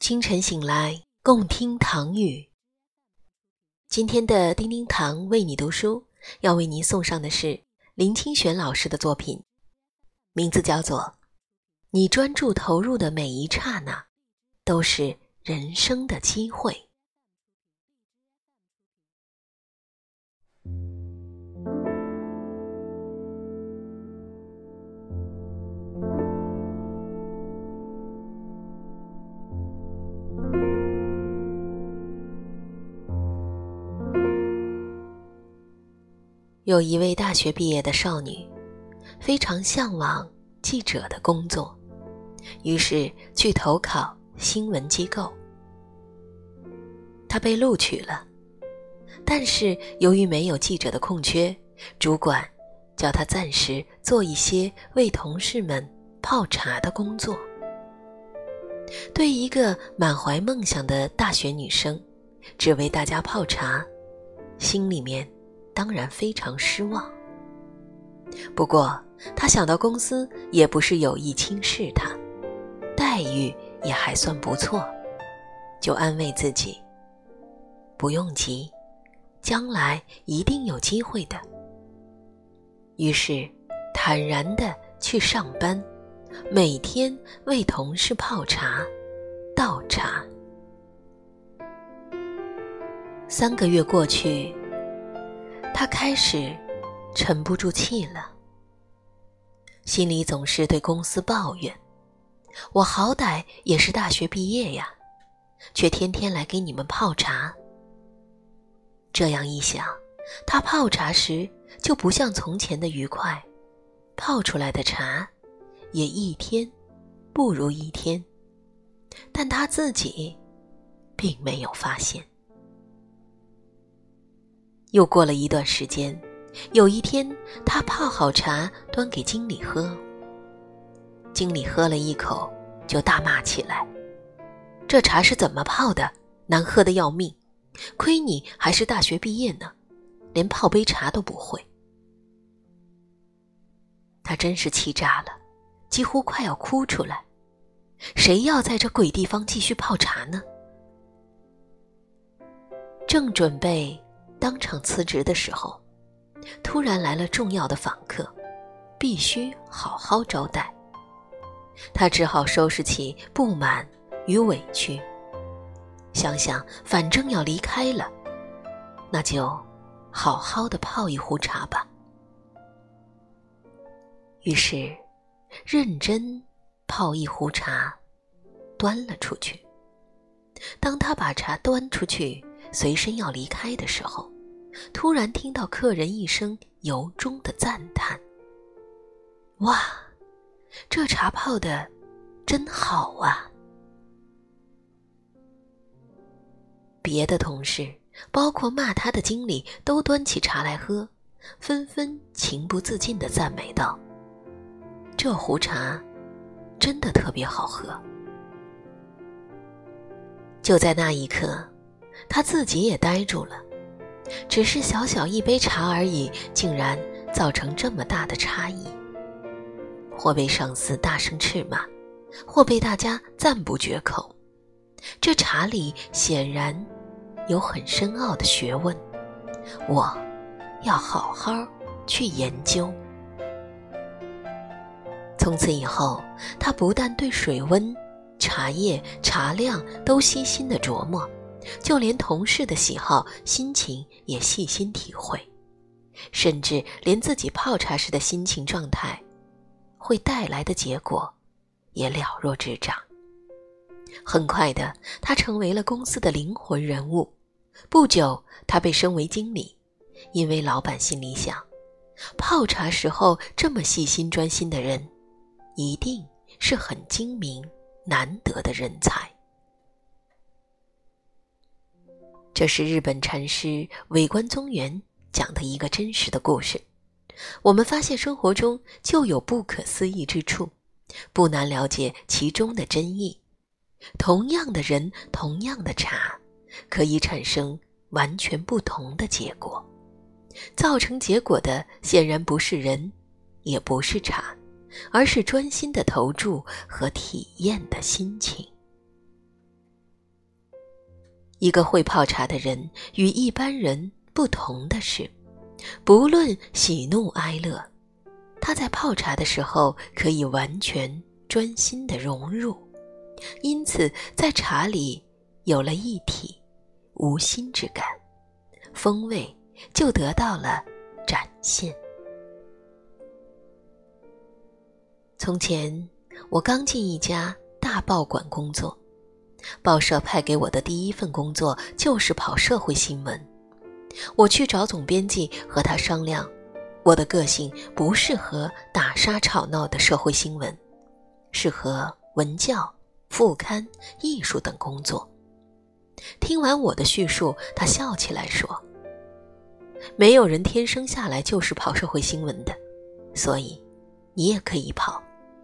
清晨醒来，共听唐语。今天的叮叮堂为你读书，要为您送上的是林清玄老师的作品，名字叫做《你专注投入的每一刹那，都是人生的机会》。有一位大学毕业的少女，非常向往记者的工作，于是去投考新闻机构。她被录取了，但是由于没有记者的空缺，主管叫她暂时做一些为同事们泡茶的工作。对一个满怀梦想的大学女生，只为大家泡茶，心里面当然非常失望。不过他想到公司也不是有意轻视他，待遇也还算不错，就安慰自己，不用急，将来一定有机会的。于是坦然地去上班，每天为同事泡茶倒茶。3个月过去，他开始沉不住气了，心里总是对公司抱怨，我好歹也是大学毕业呀，却天天来给你们泡茶。这样一想，他泡茶时就不像从前的愉快，泡出来的茶也一天不如一天，但他自己并没有发现。又过了一段时间，有一天他泡好茶端给经理喝，经理喝了一口就大骂起来，这茶是怎么泡的，难喝得要命，亏你还是大学毕业呢，连泡杯茶都不会。他真是气炸了，几乎快要哭出来，谁要在这鬼地方继续泡茶呢？正准备当场辞职的时候，突然来了重要的访客，必须好好招待。他只好收拾起不满与委屈，想想反正要离开了，那就好好的泡一壶茶吧。于是认真泡一壶茶，端了出去。当他把茶端出去随身要离开的时候，突然听到客人一声由衷的赞叹，哇，这茶泡得真好啊。别的同事，包括骂他的经理，都端起茶来喝，纷纷情不自禁地赞美道，这壶茶真的特别好喝。就在那一刻，他自己也呆住了，只是小小一杯茶而已，竟然造成这么大的差异。或被上司大声斥骂，或被大家赞不绝口，这茶里显然有很深奥的学问，我要好好去研究。从此以后，他不但对水温、茶叶、茶量都细心地琢磨，就连同事的喜好、心情也细心体会，甚至连自己泡茶时的心情状态会带来的结果也了若指掌。很快的，他成为了公司的灵魂人物。不久，他被升为经理，因为老板心里想，泡茶时候这么细心专心的人，一定是很精明难得的人才。这是日本禅师尾关宗元讲的一个真实的故事。我们发现生活中就有不可思议之处，不难了解其中的真意。同样的人，同样的茶，可以产生完全不同的结果。造成结果的显然不是人，也不是茶，而是专心的投注和体验的心情。 一个会泡茶的人与一般人不同的是，不论喜怒哀乐，他在泡茶的时候可以完全专心地融入，因此在茶里有了一体无心之感，风味就得到了展现。从前我刚进一家大报馆工作，报社派给我的第一份工作就是跑社会新闻。我去找总编辑和他商量，我的个性不适合打杀吵闹的社会新闻，适合文教、副刊、艺术等工作。听完我的叙述，他笑起来说，没有人天生下来就是跑社会新闻的，所以你也可以跑。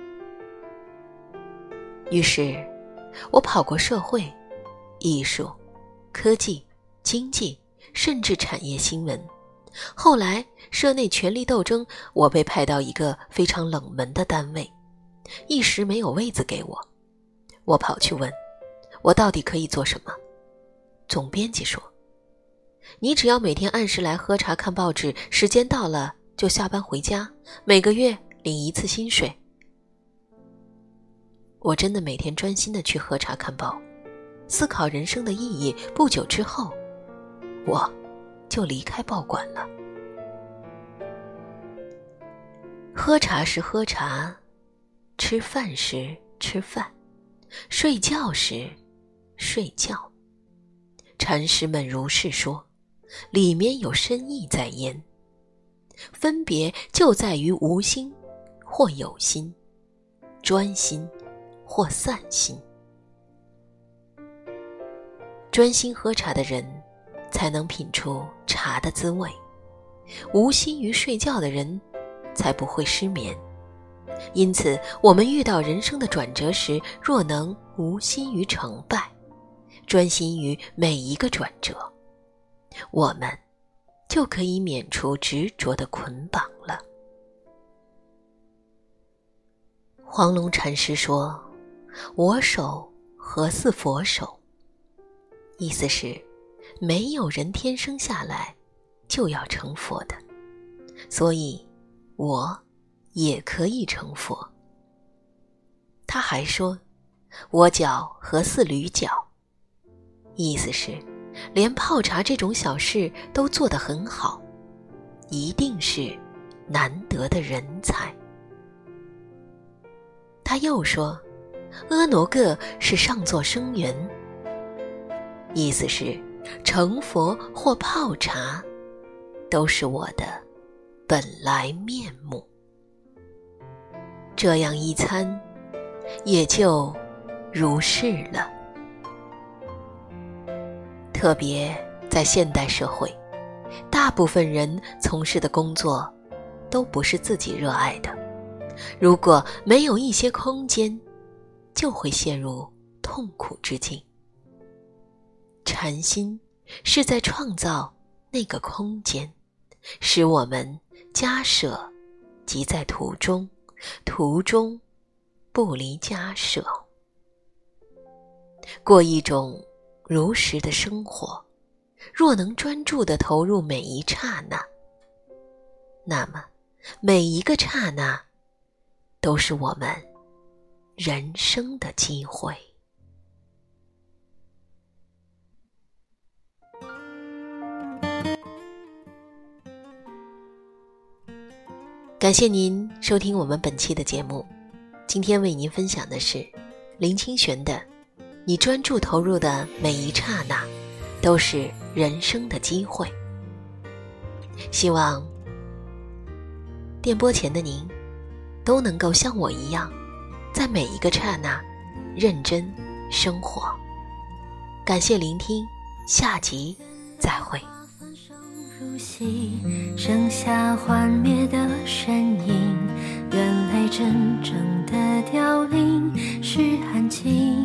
于是我跑过社会、艺术、科技、经济，甚至产业新闻。后来社内权力斗争，我被派到一个非常冷门的单位，一时没有位子给我。我跑去问，我到底可以做什么？总编辑说，你只要每天按时来喝茶看报纸，时间到了就下班回家，每个月领一次薪水。我真的每天专心地去喝茶看报，思考人生的意义。不久之后，我就离开报馆了。喝茶时喝茶，吃饭时吃饭，睡觉时睡觉。禅师们如是说，里面有深意在焉。分别就在于无心或有心，专心或散心。专心喝茶的人才能品出茶的滋味，无心于睡觉的人才不会失眠。因此我们遇到人生的转折时，若能无心于成败，专心于每一个转折，我们就可以免除执着的捆绑了。黄龙禅师说，我手何似佛手，意思是没有人天生下来就要成佛的，所以我也可以成佛。他还说，我脚何似驴脚，意思是连泡茶这种小事都做得很好，一定是难得的人才。他又说，阿耨各是上座生缘，意思是成佛或泡茶都是我的本来面目。这样一餐也就如是了。特别在现代社会，大部分人从事的工作都不是自己热爱的，如果没有一些空间，就会陷入痛苦之境。禅心是在创造那个空间，使我们家舍即在途中，途中不离家舍，过一种如实的生活。若能专注地投入每一刹那，那么每一个刹那都是我们人生的机会。感谢您收听我们本期的节目，今天为您分享的是林清玄的你专注投入的每一刹那都是人生的机会。希望电波前的您都能够像我一样，在每一个刹那认真生活。感谢聆听，下集再会。 剩下幻灭的身影，原来真正的凋零是安静。